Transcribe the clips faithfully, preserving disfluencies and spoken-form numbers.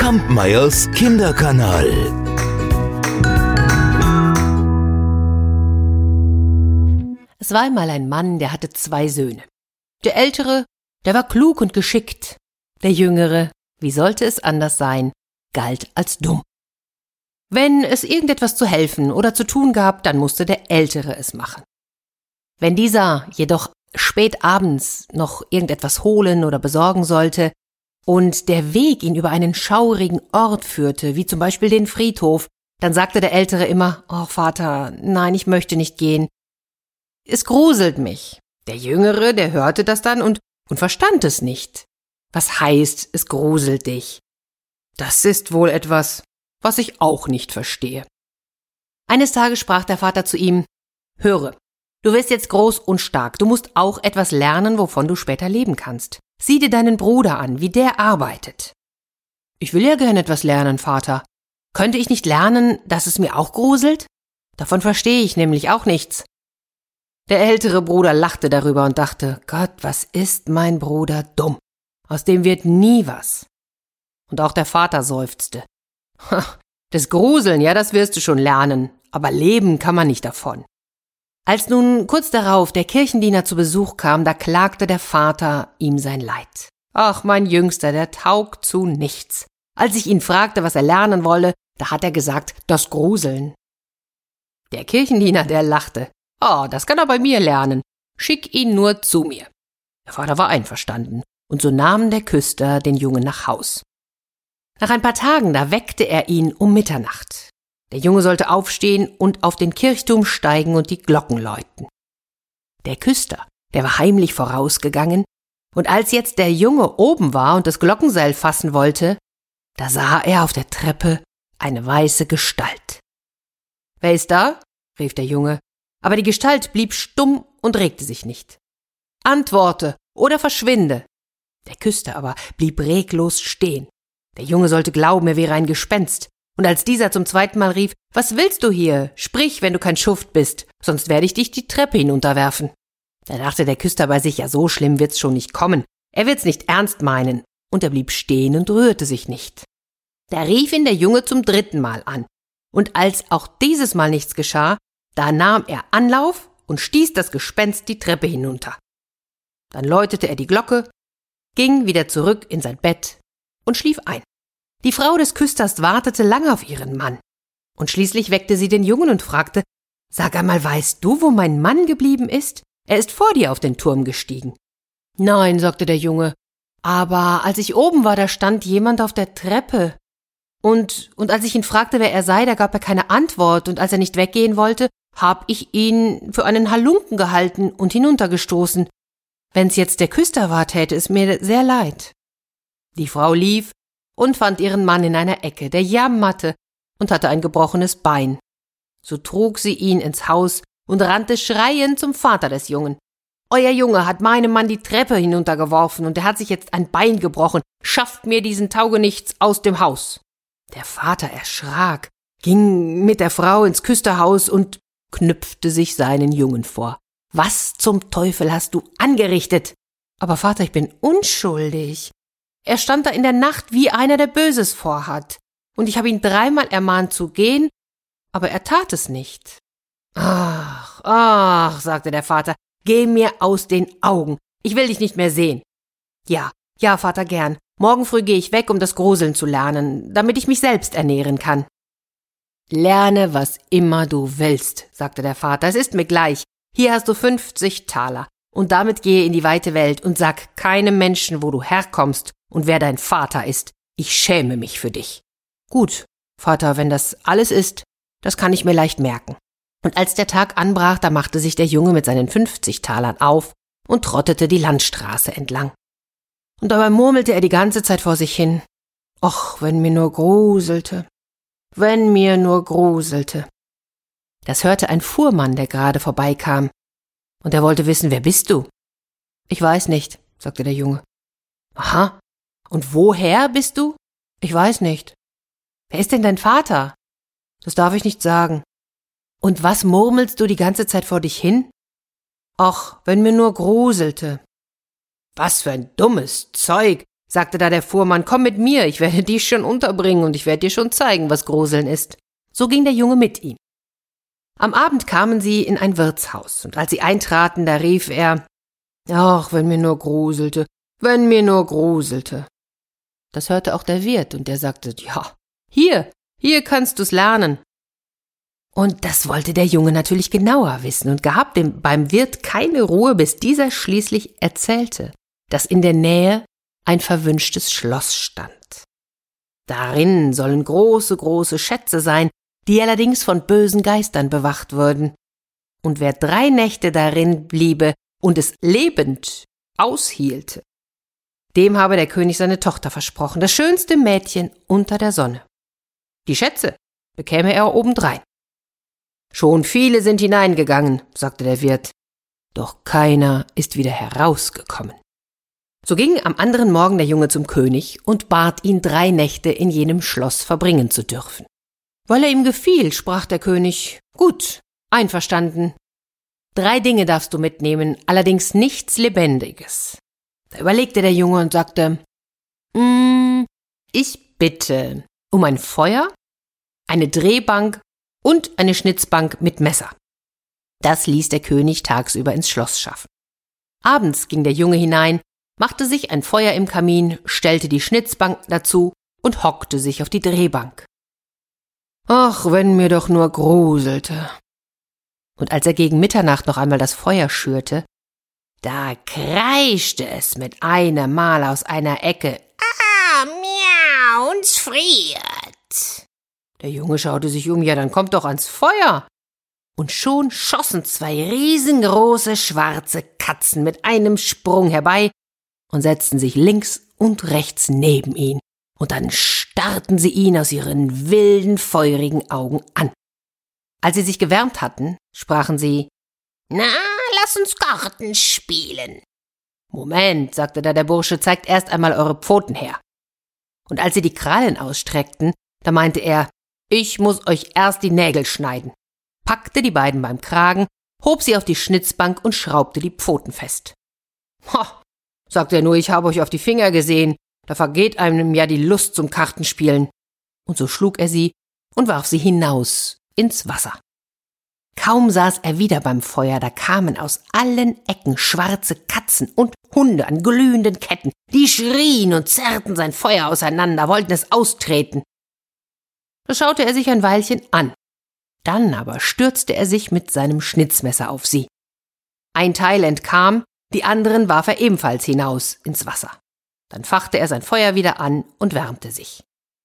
Kampmeyers Kinderkanal. Es war einmal ein Mann, der hatte zwei Söhne. Der Ältere, der war klug und geschickt. Der Jüngere, wie sollte es anders sein, galt als dumm. Wenn es irgendetwas zu helfen oder zu tun gab, dann musste der Ältere es machen. Wenn dieser jedoch spät abends noch irgendetwas holen oder besorgen sollte und der Weg ihn über einen schaurigen Ort führte, wie zum Beispiel den Friedhof, dann sagte der Ältere immer: »Oh Vater, nein, ich möchte nicht gehen. Es gruselt mich.« Der Jüngere, der hörte das dann und, und verstand es nicht. Was heißt, es gruselt dich? Das ist wohl etwas, was ich auch nicht verstehe. Eines Tages sprach der Vater zu ihm: »Höre, du wirst jetzt groß und stark. Du musst auch etwas lernen, wovon du später leben kannst. Sieh dir deinen Bruder an, wie der arbeitet.« »Ich will ja gern etwas lernen, Vater. Könnte ich nicht lernen, dass es mir auch gruselt? Davon verstehe ich nämlich auch nichts.« Der ältere Bruder lachte darüber und dachte: »Gott, was ist mein Bruder dumm? Aus dem wird nie was.« Und auch der Vater seufzte: »Das Gruseln, ja, das wirst du schon lernen, aber leben kann man nicht davon.« Als nun kurz darauf der Kirchendiener zu Besuch kam, da klagte der Vater ihm sein Leid. »Ach, mein Jüngster, der taugt zu nichts. Als ich ihn fragte, was er lernen wolle, da hat er gesagt, das Gruseln.« Der Kirchendiener, der lachte: »Oh, das kann er bei mir lernen. Schick ihn nur zu mir.« Der Vater war einverstanden, und so nahm der Küster den Jungen nach Haus. Nach ein paar Tagen, da weckte er ihn um Mitternacht. Der Junge sollte aufstehen und auf den Kirchturm steigen und die Glocken läuten. Der Küster, der war heimlich vorausgegangen, und als jetzt der Junge oben war und das Glockenseil fassen wollte, da sah er auf der Treppe eine weiße Gestalt. »Wer ist da?« rief der Junge, aber die Gestalt blieb stumm und regte sich nicht. »Antworte oder verschwinde!« Der Küster aber blieb reglos stehen. Der Junge sollte glauben, er wäre ein Gespenst. Und als dieser zum zweiten Mal rief: »Was willst du hier? Sprich, wenn du kein Schuft bist, sonst werde ich dich die Treppe hinunterwerfen.« Da dachte der Küster bei sich: ja, so schlimm wird's schon nicht kommen. Er wird's nicht ernst meinen. Und er blieb stehen und rührte sich nicht. Da rief ihn der Junge zum dritten Mal an. Und als auch dieses Mal nichts geschah, da nahm er Anlauf und stieß das Gespenst die Treppe hinunter. Dann läutete er die Glocke, ging wieder zurück in sein Bett und schlief ein. Die Frau des Küsters wartete lange auf ihren Mann. Und schließlich weckte sie den Jungen und fragte: »Sag einmal, weißt du, wo mein Mann geblieben ist? Er ist vor dir auf den Turm gestiegen.« »Nein«, sagte der Junge, »aber als ich oben war, da stand jemand auf der Treppe. Und, und als ich ihn fragte, wer er sei, da gab er keine Antwort, und als er nicht weggehen wollte, hab ich ihn für einen Halunken gehalten und hinuntergestoßen. Wenn's jetzt der Küster war, täte es mir sehr leid.« Die Frau lief und fand ihren Mann in einer Ecke, der jammerte und hatte ein gebrochenes Bein. So trug sie ihn ins Haus und rannte schreiend zum Vater des Jungen. »Euer Junge hat meinem Mann die Treppe hinuntergeworfen und er hat sich jetzt ein Bein gebrochen. Schafft mir diesen Taugenichts aus dem Haus.« Der Vater erschrak, ging mit der Frau ins Küsterhaus und knüpfte sich seinen Jungen vor. »Was zum Teufel hast du angerichtet?« »Aber Vater, ich bin unschuldig. Er stand da in der Nacht wie einer, der Böses vorhat. Und ich habe ihn dreimal ermahnt zu gehen, aber er tat es nicht.« »Ach, ach«, sagte der Vater, »geh mir aus den Augen. Ich will dich nicht mehr sehen.« »Ja, ja, Vater, gern. Morgen früh gehe ich weg, um das Gruseln zu lernen, damit ich mich selbst ernähren kann.« »Lerne, was immer du willst«, sagte der Vater, »es ist mir gleich. Hier hast du fünfzig Taler. Und damit gehe in die weite Welt und sag keinem Menschen, wo du herkommst und wer dein Vater ist. Ich schäme mich für dich.« »Gut, Vater, wenn das alles ist, das kann ich mir leicht merken.« Und als der Tag anbrach, da machte sich der Junge mit seinen fünfzig Talern auf und trottete die Landstraße entlang. Und dabei murmelte er die ganze Zeit vor sich hin: »Och, wenn mir nur gruselte, wenn mir nur gruselte.« Das hörte ein Fuhrmann, der gerade vorbeikam, und er wollte wissen: »Wer bist du?« »Ich weiß nicht«, sagte der Junge. »Aha, und woher bist du?« »Ich weiß nicht.« »Wer ist denn dein Vater?« »Das darf ich nicht sagen.« »Und was murmelst du die ganze Zeit vor dich hin?« »Ach, wenn mir nur gruselte.« »Was für ein dummes Zeug. sagte da der Fuhrmann, komm mit mir, ich werde dich schon unterbringen und ich werde dir schon zeigen, was Gruseln ist. So ging der Junge mit ihm. Am Abend kamen sie in ein Wirtshaus, und als sie eintraten, da rief er, »Ach, wenn mir nur gruselte, wenn mir nur gruselte.« Das hörte auch der Wirt, und der sagte, »Ja, hier, hier kannst du's lernen.« Und das wollte der Junge natürlich genauer wissen und gab dem beim Wirt keine Ruhe, bis dieser schließlich erzählte, dass in der Nähe ein verwünschtes Schloss stand. Darin sollen große, große Schätze sein, die allerdings von bösen Geistern bewacht würden. Und wer drei Nächte darin bliebe und es lebend aushielte, dem habe der König seine Tochter versprochen, das schönste Mädchen unter der Sonne. Die Schätze bekäme er obendrein. »Schon viele sind hineingegangen«, sagte der Wirt, »doch keiner ist wieder herausgekommen.« So ging am anderen Morgen der Junge zum König und bat ihn, drei Nächte in jenem Schloss verbringen zu dürfen. Weil er ihm gefiel, sprach der König, »Gut, einverstanden. Drei Dinge darfst du mitnehmen, allerdings nichts Lebendiges.« Da überlegte der Junge und sagte, »Mm, ich bitte um ein Feuer, eine Drehbank und eine Schnitzbank mit Messer.« Das ließ der König tagsüber ins Schloss schaffen. Abends ging der Junge hinein, machte sich ein Feuer im Kamin, stellte die Schnitzbank dazu und hockte sich auf die Drehbank. »Ach, wenn mir doch nur gruselte.« Und als er gegen Mitternacht noch einmal das Feuer schürte, da kreischte es mit einem Mal aus einer Ecke, »Ah, miau, uns friert!« Der Junge schaute sich um, ja, dann kommt doch ans Feuer. Und schon schossen zwei riesengroße schwarze Katzen mit einem Sprung herbei und setzten sich links und rechts neben ihn. Und dann starrten sie ihn aus ihren wilden, feurigen Augen an. Als sie sich gewärmt hatten, sprachen sie, »Na, lass uns Karten spielen.« »Moment«, sagte da der Bursche, »zeigt erst einmal eure Pfoten her.« Und als sie die Krallen ausstreckten, da meinte er, »Ich muss euch erst die Nägel schneiden«, packte die beiden beim Kragen, hob sie auf die Schnitzbank und schraubte die Pfoten fest. »Ha«, sagte er nur, »ich habe euch auf die Finger gesehen, da vergeht einem ja die Lust zum Kartenspielen.« Und so schlug er sie und warf sie hinaus ins Wasser. Kaum saß er wieder beim Feuer, da kamen aus allen Ecken schwarze Katzen und Hunde an glühenden Ketten, die schrien und zerrten sein Feuer auseinander, wollten es austreten. Da schaute er sich ein Weilchen an, dann aber stürzte er sich mit seinem Schnitzmesser auf sie. Ein Teil entkam, die anderen warf er ebenfalls hinaus ins Wasser. Dann fachte er sein Feuer wieder an und wärmte sich.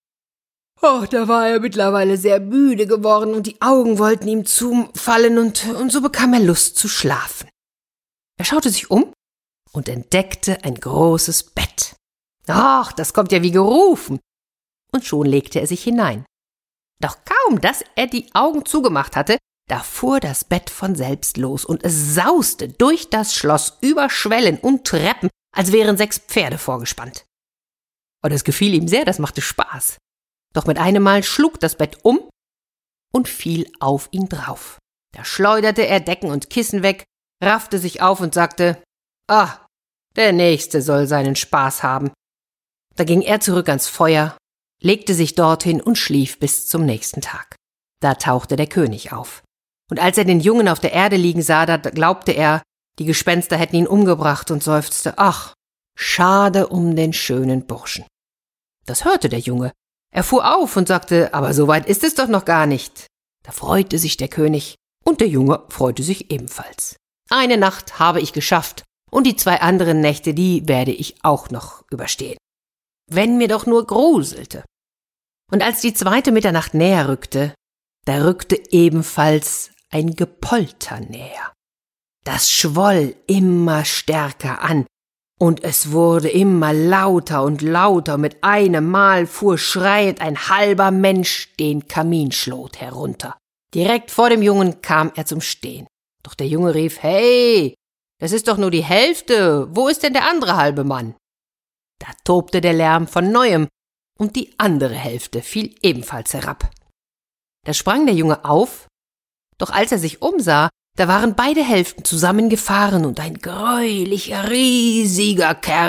Oh, da war er mittlerweile sehr müde geworden und die Augen wollten ihm zufallen und, und so bekam er Lust zu schlafen. Er schaute sich um und entdeckte ein großes Bett. Ach, das kommt ja wie gerufen. Und schon legte er sich hinein. Doch kaum, dass er die Augen zugemacht hatte, da fuhr das Bett von selbst los und es sauste durch das Schloss über Schwellen und Treppen, als wären sechs Pferde vorgespannt. Und es gefiel ihm sehr, das machte Spaß. Doch mit einem Mal schlug das Bett um und fiel auf ihn drauf. Da schleuderte er Decken und Kissen weg, raffte sich auf und sagte, »Ah, der Nächste soll seinen Spaß haben.« Da ging er zurück ans Feuer, legte sich dorthin und schlief bis zum nächsten Tag. Da tauchte der König auf. Und als er den Jungen auf der Erde liegen sah, da glaubte er, die Gespenster hätten ihn umgebracht und seufzte, »Ach, schade um den schönen Burschen.« Das hörte der Junge. Er fuhr auf und sagte, »Aber so weit ist es doch noch gar nicht.« Da freute sich der König und der Junge freute sich ebenfalls. Eine Nacht habe ich geschafft und die zwei anderen Nächte, die werde ich auch noch überstehen. Wenn mir doch nur gruselte. Und als die zweite Mitternacht näher rückte, da rückte ebenfalls ein Gepolter näher. Das schwoll immer stärker an, und es wurde immer lauter und lauter, mit einem Mal fuhr schreiend ein halber Mensch den Kaminschlot herunter. Direkt vor dem Jungen kam er zum Stehen. Doch der Junge rief, »Hey, das ist doch nur die Hälfte, wo ist denn der andere halbe Mann?« Da tobte der Lärm von Neuem, und die andere Hälfte fiel ebenfalls herab. Da sprang der Junge auf, doch als er sich umsah, da waren beide Hälften zusammengefahren und ein greulicher, riesiger Kerl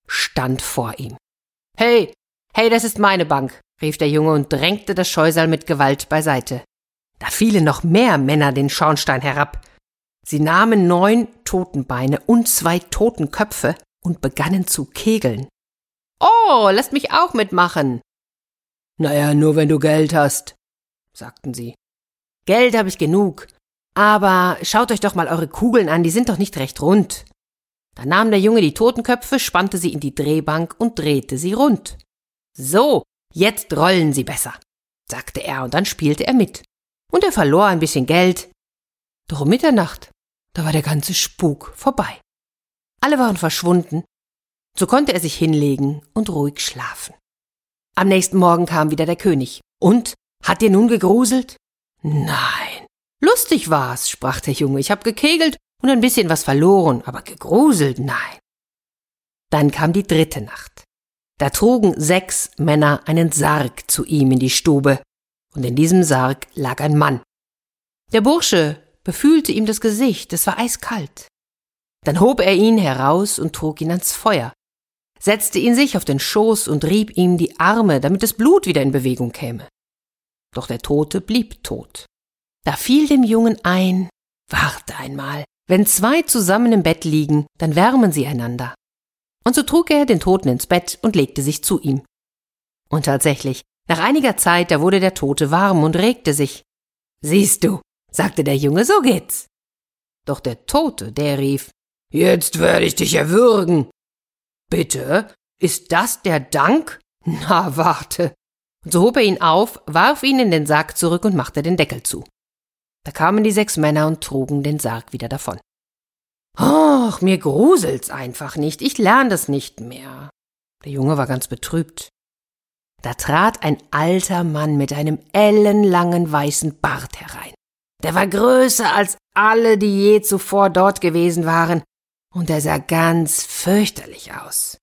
stand vor ihm. »Hey, hey, das ist meine Bank«, rief der Junge und drängte das Scheusal mit Gewalt beiseite. Da fielen noch mehr Männer den Schornstein herab. Sie nahmen neun Totenbeine und zwei Totenköpfe und begannen zu kegeln. »Oh, lasst mich auch mitmachen!« »Naja, nur wenn du Geld hast«, sagten sie. »Geld habe ich genug, aber schaut euch doch mal eure Kugeln an, die sind doch nicht recht rund.« Da nahm der Junge die Totenköpfe, spannte sie in die Drehbank und drehte sie rund. »So, jetzt rollen sie besser«, sagte er, und dann spielte er mit. Und er verlor ein bisschen Geld. Doch um Mitternacht, da war der ganze Spuk vorbei. Alle waren verschwunden. So konnte er sich hinlegen und ruhig schlafen. Am nächsten Morgen kam wieder der König. »Und, hat dir nun gegruselt?« »Nein, lustig war's«, sprach der Junge. »Ich hab gekegelt und ein bisschen was verloren, aber gegruselt, nein.« Dann kam die dritte Nacht. Da trugen sechs Männer einen Sarg zu ihm in die Stube, und in diesem Sarg lag ein Mann. Der Bursche befühlte ihm das Gesicht, es war eiskalt. Dann hob er ihn heraus und trug ihn ans Feuer, setzte ihn sich auf den Schoß und rieb ihm die Arme, damit das Blut wieder in Bewegung käme. Doch der Tote blieb tot. Da fiel dem Jungen ein, warte einmal, wenn zwei zusammen im Bett liegen, dann wärmen sie einander. Und so trug er den Toten ins Bett und legte sich zu ihm. Und tatsächlich, nach einiger Zeit, da wurde der Tote warm und regte sich. »Siehst du«, sagte der Junge, »so geht's.« Doch der Tote, der rief, »Jetzt werde ich dich erwürgen.« »Bitte, ist das der Dank? Na, warte.« Und so hob er ihn auf, warf ihn in den Sarg zurück und machte den Deckel zu. Da kamen die sechs Männer und trugen den Sarg wieder davon. »Ach, mir gruselt's einfach nicht, ich lerne das nicht mehr.« Der Junge war ganz betrübt. Da trat ein alter Mann mit einem ellenlangen weißen Bart herein. Der war größer als alle, die je zuvor dort gewesen waren, und er sah ganz fürchterlich aus.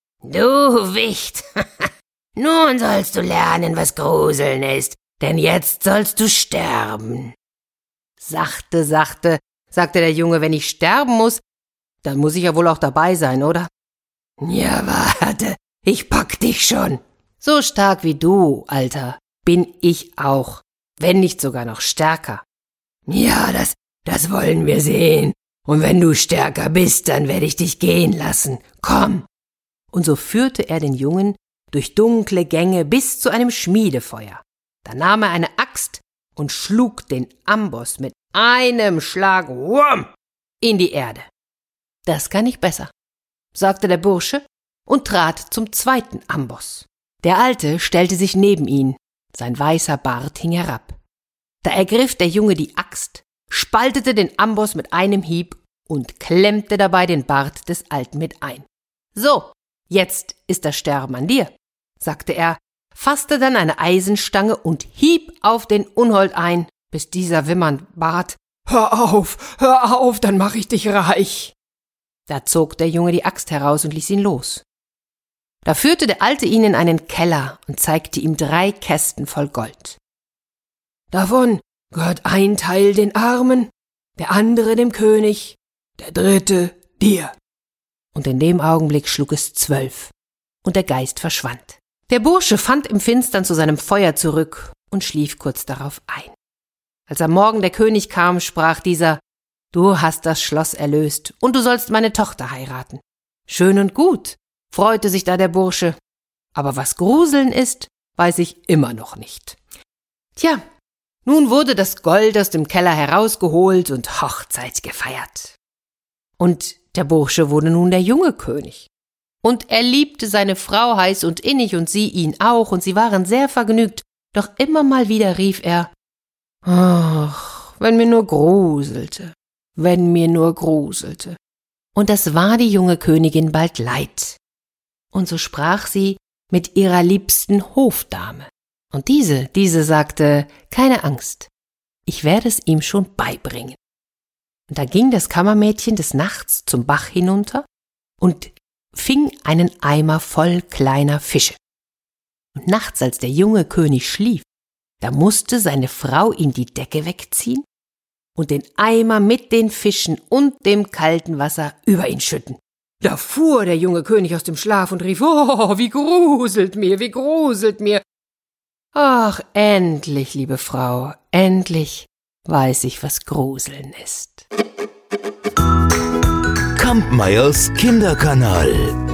»Du Wicht, nun sollst du lernen, was Gruseln ist, denn jetzt sollst du sterben.« »Sachte, sachte«, sagte der Junge, »wenn ich sterben muss, dann muss ich ja wohl auch dabei sein, oder?« »Ja, warte, ich pack dich schon. So stark wie du, Alter, bin ich auch, wenn nicht sogar noch stärker.« »Ja, das, das wollen wir sehen. Und wenn du stärker bist, dann werde ich dich gehen lassen. Komm!« Und so führte er den Jungen durch dunkle Gänge bis zu einem Schmiedefeuer. Da nahm er eine Axt und schlug den Amboss mit einem Schlag wham, in die Erde. »Das kann ich besser«, sagte der Bursche und trat zum zweiten Amboss. Der Alte stellte sich neben ihn, sein weißer Bart hing herab. Da ergriff der Junge die Axt, spaltete den Amboss mit einem Hieb und klemmte dabei den Bart des Alten mit ein. »So, jetzt ist das Sterben an dir«, sagte er, fasste dann eine Eisenstange und hieb auf den Unhold ein, bis dieser wimmernd bat, »Hör auf, hör auf, dann mach ich dich reich.« Da zog der Junge die Axt heraus und ließ ihn los. Da führte der Alte ihn in einen Keller und zeigte ihm drei Kästen voll Gold. »Davon gehört ein Teil den Armen, der andere dem König, der dritte dir.« Und in dem Augenblick schlug es zwölf, und der Geist verschwand. Der Bursche fand im Finstern zu seinem Feuer zurück und schlief kurz darauf ein. Als am Morgen der König kam, sprach dieser, »Du hast das Schloss erlöst, und du sollst meine Tochter heiraten.« »Schön und gut«, freute sich da der Bursche, »aber was Gruseln ist, weiß ich immer noch nicht.« Tja, nun wurde das Gold aus dem Keller herausgeholt und Hochzeit gefeiert. Und der Bursche wurde nun der junge König. Und er liebte seine Frau heiß und innig und sie ihn auch, und sie waren sehr vergnügt, doch immer mal wieder rief er, »Ach, wenn mir nur gruselte, wenn mir nur gruselte.« Und das war die junge Königin bald leid. Und so sprach sie mit ihrer liebsten Hofdame. Und diese, diese sagte, »Keine Angst, ich werde es ihm schon beibringen.« Und da ging das Kammermädchen des Nachts zum Bach hinunter und fing einen Eimer voll kleiner Fische. Und nachts, als der junge König schlief, da musste seine Frau ihm die Decke wegziehen und den Eimer mit den Fischen und dem kalten Wasser über ihn schütten. Da fuhr der junge König aus dem Schlaf und rief: »Oh, wie gruselt mir, wie gruselt mir!« »Ach, endlich, liebe Frau, endlich weiß ich, was Gruseln ist.« Kampmeyers Kinderkanal.